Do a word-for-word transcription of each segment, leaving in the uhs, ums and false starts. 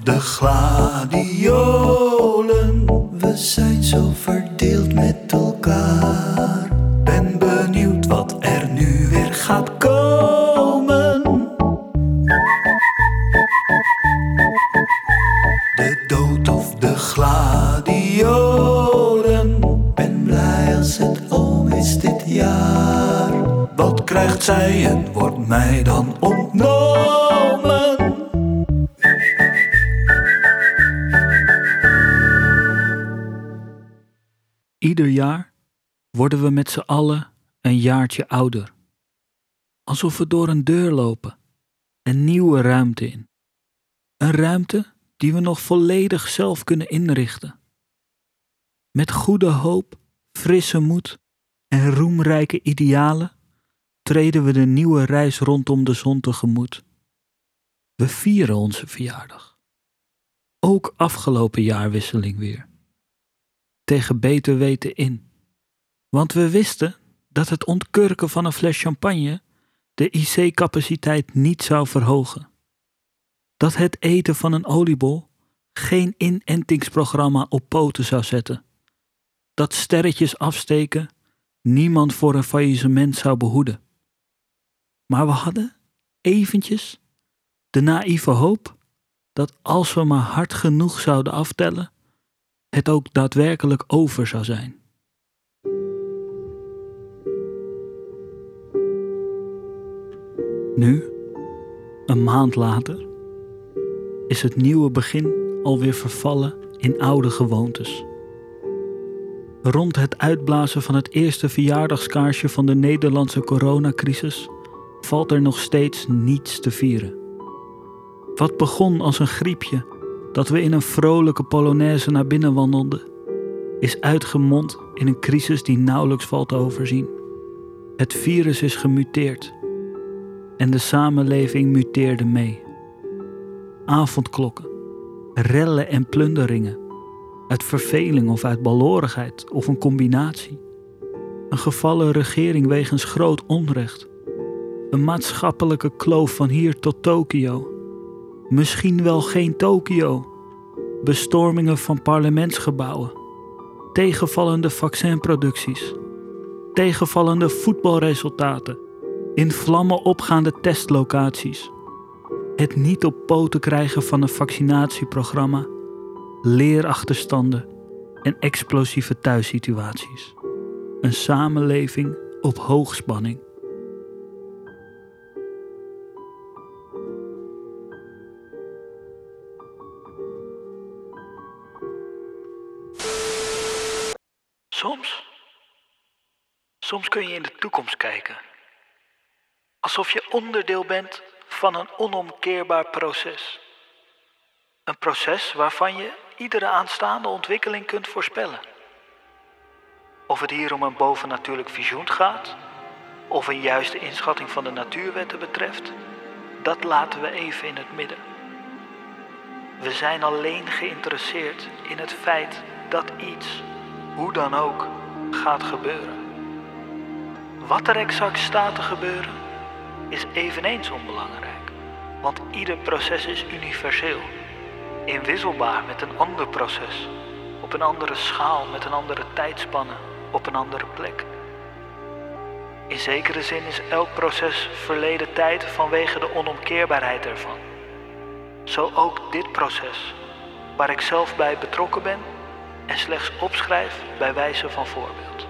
de gladiolen. We zijn zo verdeeld met elkaar. Ben benieuwd wat er nu weer gaat komen. De dood of de gladiolen. Ben blij als het om is dit jaar. Wat krijgt zij en wordt mij dan ontnomen? Ieder jaar worden we met z'n allen een jaartje ouder. Alsof we door een deur lopen, een nieuwe ruimte in. Een ruimte die we nog volledig zelf kunnen inrichten. Met goede hoop, frisse moed en roemrijke idealen treden we de nieuwe reis rondom de zon tegemoet. We vieren onze verjaardag. Ook afgelopen jaarwisseling weer. Tegen beter weten in. Want we wisten dat het ontkurken van een fles champagne de I C-capaciteit niet zou verhogen. Dat het eten van een oliebol geen inentingsprogramma op poten zou zetten. Dat sterretjes afsteken niemand voor een faillissement zou behoeden. Maar we hadden, eventjes, de naïeve hoop dat als we maar hard genoeg zouden aftellen, het ook daadwerkelijk over zou zijn. Nu, een maand later, is het nieuwe begin alweer vervallen in oude gewoontes. Rond het uitblazen van het eerste verjaardagskaarsje van de Nederlandse coronacrisis valt er nog steeds niets te vieren. Wat begon als een griepje dat we in een vrolijke polonaise naar binnen wandelden, is uitgemond in een crisis die nauwelijks valt te overzien. Het virus is gemuteerd en de samenleving muteerde mee. Avondklokken, rellen en plunderingen, uit verveling of uit balorigheid of een combinatie. Een gevallen regering wegens groot onrecht. Een maatschappelijke kloof van hier tot Tokio. Misschien wel geen Tokio. Bestormingen van parlementsgebouwen. Tegenvallende vaccinproducties. Tegenvallende voetbalresultaten. In vlammen opgaande testlocaties. Het niet op poten krijgen van een vaccinatieprogramma. Leerachterstanden en explosieve thuissituaties. Een samenleving op hoogspanning. Soms, soms kun je in de toekomst kijken. Alsof je onderdeel bent van een onomkeerbaar proces. Een proces waarvan je iedere aanstaande ontwikkeling kunt voorspellen. Of het hier om een bovennatuurlijk visioen gaat, of een juiste inschatting van de natuurwetten betreft, dat laten we even in het midden. We zijn alleen geïnteresseerd in het feit dat iets, hoe dan ook, gaat gebeuren. Wat er exact staat te gebeuren, is eveneens onbelangrijk, want ieder proces is universeel. Inwisselbaar met een ander proces, op een andere schaal, met een andere tijdspanne, op een andere plek. In zekere zin is elk proces verleden tijd vanwege de onomkeerbaarheid ervan. Zo ook dit proces, waar ik zelf bij betrokken ben en slechts opschrijf bij wijze van voorbeeld.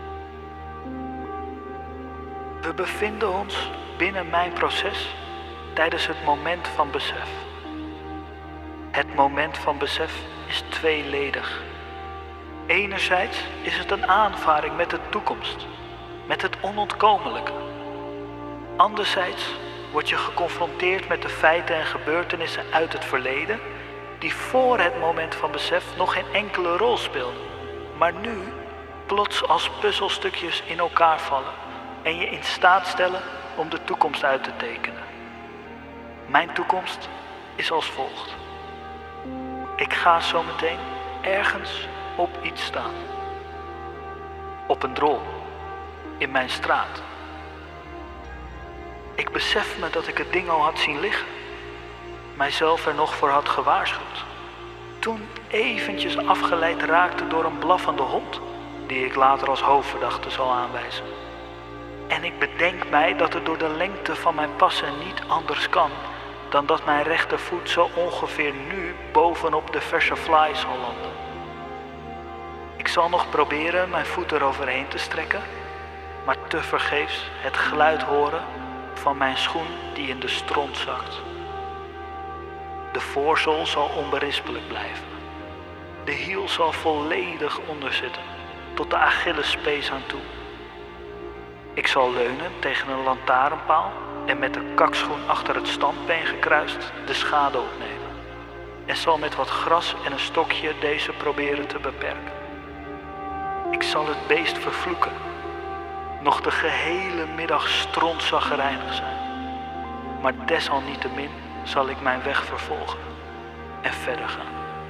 We bevinden ons binnen mijn proces tijdens het moment van besef. Het moment van besef is tweeledig. Enerzijds is het een aanvaring met de toekomst, met het onontkomelijke. Anderzijds word je geconfronteerd met de feiten en gebeurtenissen uit het verleden, die voor het moment van besef nog geen enkele rol speelden, maar nu plots als puzzelstukjes in elkaar vallen en je in staat stellen om de toekomst uit te tekenen. Mijn toekomst is als volgt. Ik ga zo meteen ergens op iets staan. Op een drol. In mijn straat. Ik besef me dat ik het ding al had zien liggen. mijzelf er nog voor had gewaarschuwd. Toen eventjes afgeleid raakte door een blaffende hond, die ik later als hoofdverdachte zal aanwijzen. En ik bedenk mij dat het door de lengte van mijn passen niet anders kan dan dat mijn rechtervoet zo ongeveer nu bovenop de verse fly zal landen. Ik zal nog proberen mijn voet eroverheen te strekken, maar tevergeefs het geluid horen van mijn schoen die in de stront zakt. De voorzool zal onberispelijk blijven. De hiel zal volledig onderzitten, tot de Achillespees aan toe. Ik zal leunen tegen een lantaarnpaal en met de kakschoen achter het standbeen gekruist de schade opnemen. En zal met wat gras en een stokje deze proberen te beperken. Ik zal het beest vervloeken. Nog de gehele middag strontzaggerijnig zijn. Maar desalniettemin zal ik mijn weg vervolgen en verder gaan.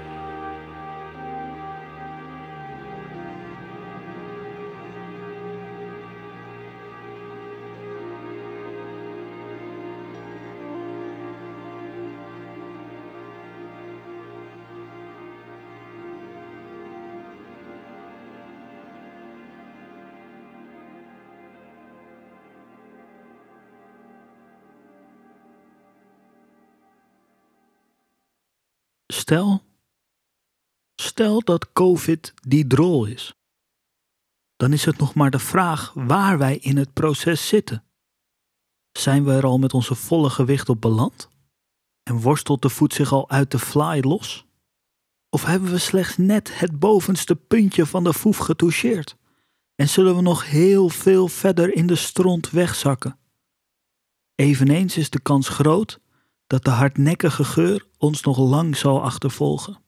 Stel, stel dat COVID die drol is. Dan is het nog maar de vraag waar wij in het proces zitten. Zijn we er al met onze volle gewicht op beland? En worstelt de voet zich al uit de fly los? Of hebben we slechts net het bovenste puntje van de foef getoucheerd? En zullen we nog heel veel verder in de stront wegzakken? Eveneens is de kans groot dat de hardnekkige geur ons nog lang zal achtervolgen.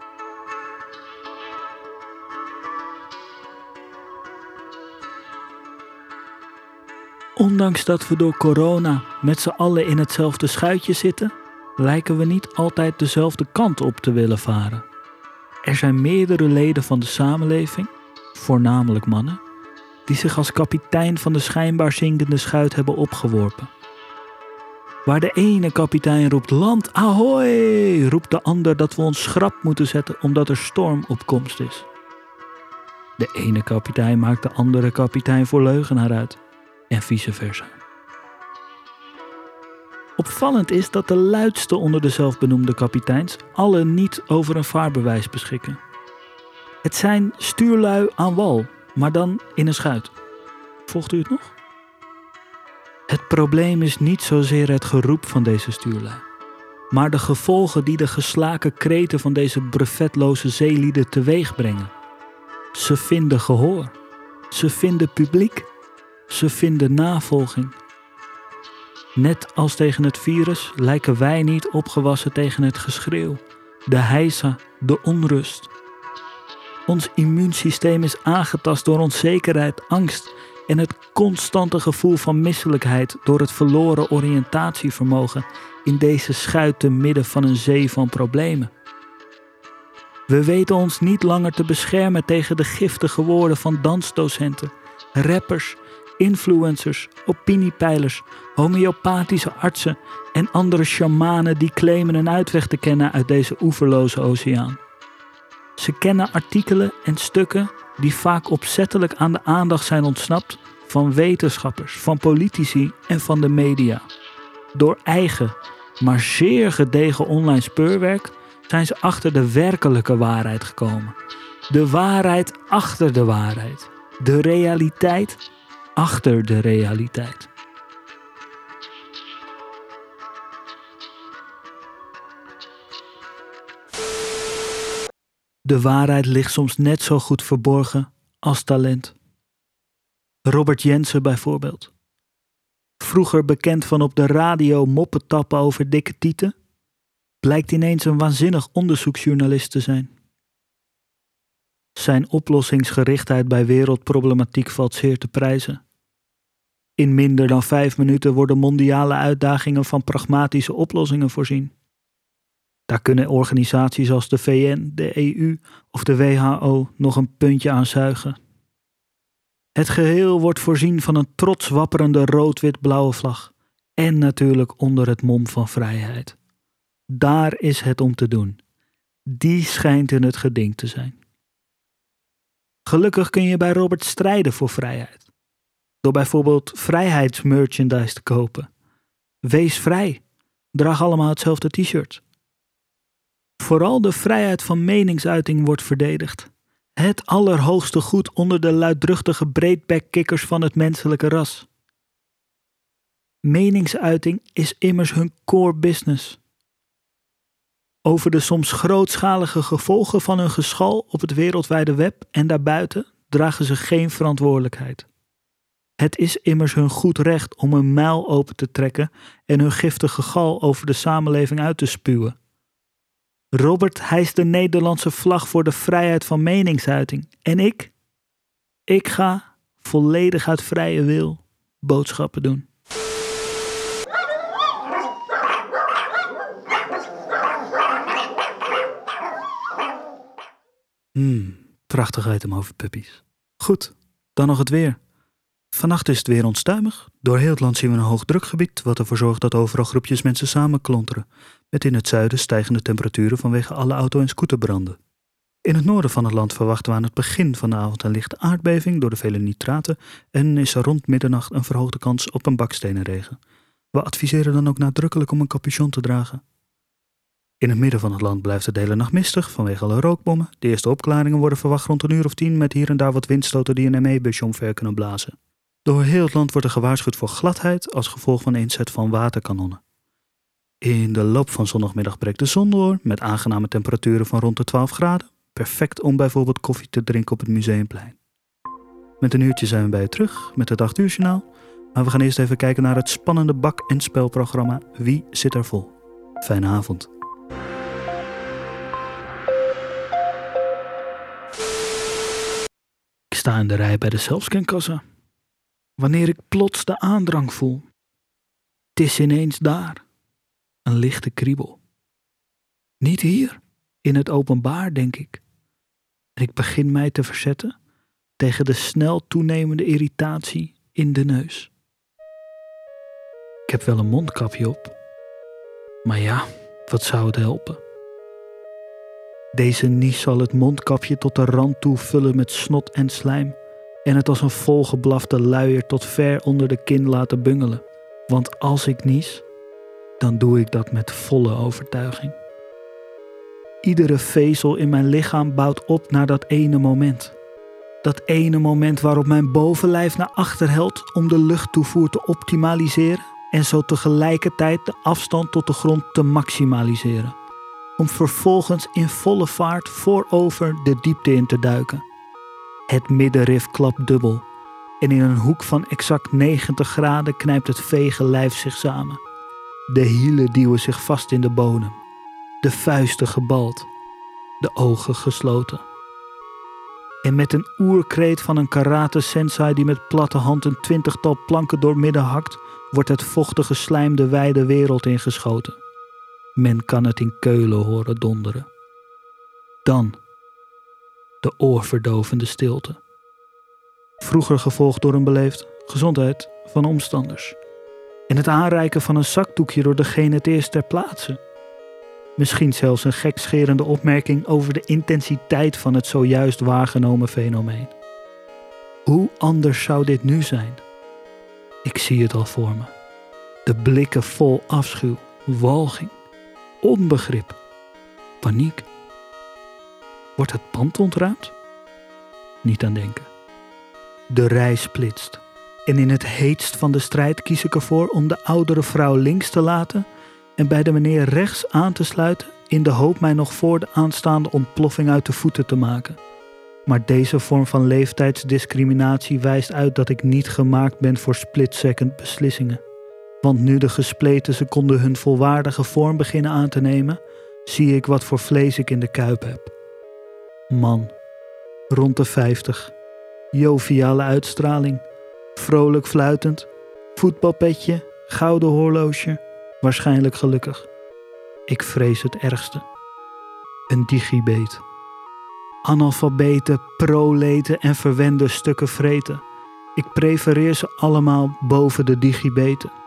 Ondanks dat we door corona met z'n allen in hetzelfde schuitje zitten, lijken we niet altijd dezelfde kant op te willen varen. Er zijn meerdere leden van de samenleving, voornamelijk mannen, die zich als kapitein van de schijnbaar zinkende schuit hebben opgeworpen. Waar de ene kapitein roept land ahoy, roept de ander dat we ons schrap moeten zetten omdat er storm op komst is. De ene kapitein maakt de andere kapitein voor leugenaar uit en vice versa. Opvallend is dat de luidste onder de zelfbenoemde kapiteins alle niet over een vaarbewijs beschikken. Het zijn stuurlui aan wal, maar dan in een schuit. Volgt u het nog? Het probleem is niet zozeer het geroep van deze stuurlui, maar de gevolgen die de geslaken kreten van deze brevetloze zeelieden teweeg brengen. Ze vinden gehoor, ze vinden publiek, ze vinden navolging. Net als tegen het virus lijken wij niet opgewassen tegen het geschreeuw, de heisa, de onrust. Ons immuunsysteem is aangetast door onzekerheid, angst en het constante gevoel van misselijkheid door het verloren oriëntatievermogen in deze schuit te midden van een zee van problemen. We weten ons niet langer te beschermen tegen de giftige woorden van dansdocenten, rappers, influencers, opiniepeilers, homeopathische artsen en andere shamanen die claimen een uitweg te kennen uit deze oeverloze oceaan. Ze kennen artikelen en stukken die vaak opzettelijk aan de aandacht zijn ontsnapt van wetenschappers, van politici en van de media. Door eigen, maar zeer gedegen online speurwerk zijn ze achter de werkelijke waarheid gekomen. De waarheid achter de waarheid. De realiteit achter de realiteit. De waarheid ligt soms net zo goed verborgen als talent. Robert Jensen bijvoorbeeld. Vroeger bekend van op de radio moppen tappen over dikke tieten, blijkt ineens een waanzinnig onderzoeksjournalist te zijn. Zijn oplossingsgerichtheid bij wereldproblematiek valt zeer te prijzen. In minder dan vijf minuten worden mondiale uitdagingen van pragmatische oplossingen voorzien. Daar kunnen organisaties als de V N, de E U of de W H O nog een puntje aan zuigen. Het geheel wordt voorzien van een trots wapperende rood-wit-blauwe vlag en natuurlijk onder het mom van vrijheid. Daar is het om te doen. Die schijnt in het geding te zijn. Gelukkig kun je bij Robert strijden voor vrijheid. Door bijvoorbeeld vrijheidsmerchandise te kopen. Wees vrij. Draag allemaal hetzelfde t-shirt. Vooral de vrijheid van meningsuiting wordt verdedigd. Het allerhoogste goed onder de luidruchtige breedbekkikkers van het menselijke ras. Meningsuiting is immers hun core business. Over de soms grootschalige gevolgen van hun geschal op het wereldwijde web en daarbuiten dragen ze geen verantwoordelijkheid. Het is immers hun goed recht om een muil open te trekken en hun giftige gal over de samenleving uit te spuwen. Robert hijst de Nederlandse vlag voor de vrijheid van meningsuiting. En ik? Ik ga, volledig uit vrije wil, boodschappen doen. Hmm, prachtig item over puppies. Goed, dan nog het weer. Vannacht is het weer onstuimig. Door heel het land zien we een hoog drukgebied, wat ervoor zorgt dat overal groepjes mensen samenklonteren. Met in het zuiden stijgende temperaturen vanwege alle auto- en scooterbranden. In het noorden van het land verwachten we aan het begin van de avond een lichte aardbeving door de vele nitraten en is er rond middernacht een verhoogde kans op een bakstenenregen. We adviseren dan ook nadrukkelijk om een capuchon te dragen. In het midden van het land blijft het de hele nacht mistig vanwege alle rookbommen. De eerste opklaringen worden verwacht rond een uur of tien met hier en daar wat windstoten die een M E-busje omver kunnen blazen. Door heel het land wordt er gewaarschuwd voor gladheid als gevolg van de inzet van waterkanonnen. In de loop van zondagmiddag breekt de zon door met aangename temperaturen van rond de twaalf graden. Perfect om bijvoorbeeld koffie te drinken op het Museumplein. Met een uurtje zijn we bij je terug met het acht uur journaal. Maar we gaan eerst even kijken naar het spannende bak- en spelprogramma Wie zit er vol? Fijne avond. Ik sta in de rij bij de zelfscankassa. Wanneer ik plots de aandrang voel. Het is ineens daar. Een lichte kriebel. Niet hier, in het openbaar, denk ik. En ik begin mij te verzetten tegen de snel toenemende irritatie in de neus. Ik heb wel een mondkapje op. Maar ja, wat zou het helpen? Deze nies zal het mondkapje tot de rand toe vullen met snot en slijm en het als een volgeblafte luier tot ver onder de kin laten bungelen. Want als ik nies, dan doe ik dat met volle overtuiging. Iedere vezel in mijn lichaam bouwt op naar dat ene moment. Dat ene moment waarop mijn bovenlijf naar achter helt om de luchttoevoer te optimaliseren en zo tegelijkertijd de afstand tot de grond te maximaliseren. Om vervolgens in volle vaart voorover de diepte in te duiken. Het middenrif klapt dubbel en in een hoek van exact negentig graden knijpt het vege lijf zich samen. De hielen duwen zich vast in de bodem, de vuisten gebald, de ogen gesloten. En met een oerkreet van een karate-sensei die met platte hand een twintigtal planken doormidden hakt, wordt het vochtige slijm de wijde wereld ingeschoten. Men kan het in Keulen horen donderen. Dan de oorverdovende stilte. Vroeger gevolgd door een beleefd gezondheid van omstanders. En het aanreiken van een zakdoekje door degene het eerst ter plaatse. Misschien zelfs een gekscherende opmerking over de intensiteit van het zojuist waargenomen fenomeen. Hoe anders zou dit nu zijn? Ik zie het al voor me. De blikken vol afschuw, walging, onbegrip, paniek. Wordt het pand ontruimd? Niet aan denken. De rij splitst. En in het heetst van de strijd kies ik ervoor om de oudere vrouw links te laten en bij de meneer rechts aan te sluiten in de hoop mij nog voor de aanstaande ontploffing uit de voeten te maken. Maar deze vorm van leeftijdsdiscriminatie wijst uit dat ik niet gemaakt ben voor split-second beslissingen. Want nu de gespleten seconden hun volwaardige vorm beginnen aan te nemen, zie ik wat voor vlees ik in de kuip heb. Man, rond de vijftig, joviale uitstraling, vrolijk fluitend, voetbalpetje, gouden horloge, waarschijnlijk gelukkig. Ik vrees het ergste. Een digibeet. Analfabeten, proleten en verwende stukken vreten. Ik prefereer ze allemaal boven de digibeten.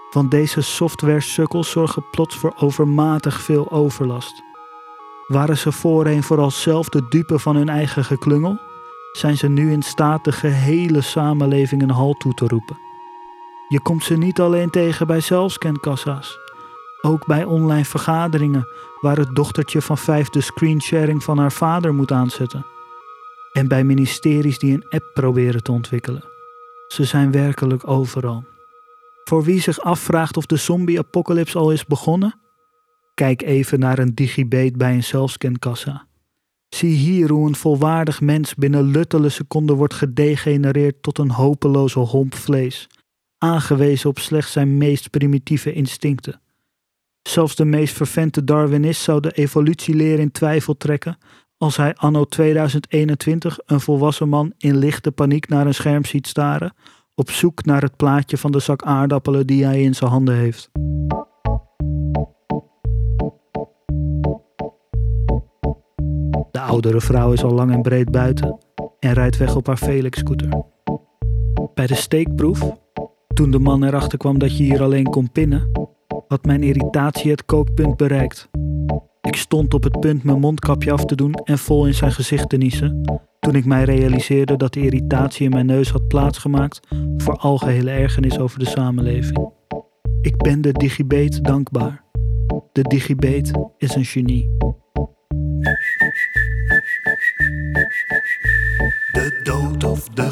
Want deze software-sukkels zorgen plots voor overmatig veel overlast. Waren ze voorheen vooral zelf de dupe van hun eigen geklungel, zijn ze nu in staat de gehele samenleving een halt toe te roepen. Je komt ze niet alleen tegen bij zelfscankassa's. Ook bij online vergaderingen waar het dochtertje van vijf de screensharing van haar vader moet aanzetten. En bij ministeries die een app proberen te ontwikkelen. Ze zijn werkelijk overal. Voor wie zich afvraagt of de zombie-apocalypse al is begonnen? Kijk even naar een digibate bij een zelfscankassa. Zie hier hoe een volwaardig mens binnen luttele seconden wordt gedegenereerd tot een hopeloze homp vlees, aangewezen op slechts zijn meest primitieve instincten. Zelfs de meest fervente Darwinist zou de evolutieleer in twijfel trekken als hij anno tweeduizend eenentwintig een volwassen man in lichte paniek naar een scherm ziet staren, op zoek naar het plaatje van de zak aardappelen die hij in zijn handen heeft. De oudere vrouw is al lang en breed buiten en rijdt weg op haar Felix-scooter. Bij de steekproef, toen de man erachter kwam dat je hier alleen kon pinnen, had mijn irritatie het kookpunt bereikt. Ik stond op het punt mijn mondkapje af te doen en vol in zijn gezicht te niezen, toen ik mij realiseerde dat de irritatie in mijn neus had plaatsgemaakt voor algehele ergernis over de samenleving. Ik ben de digibate dankbaar. De digibate is een genie. De dood of de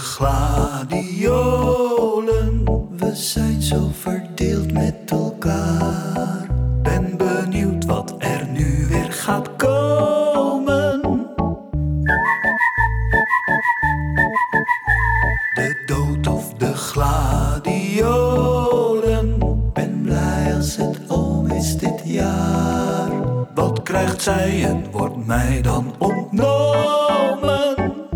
gladiolen, we zijn zo verdeeld met elkaar. Ben benieuwd wat er nu weer gaat komen. De dood of de gladiolen, ben blij als het om is dit jaar. Wat krijgt zij en wordt mij dan ontnomen?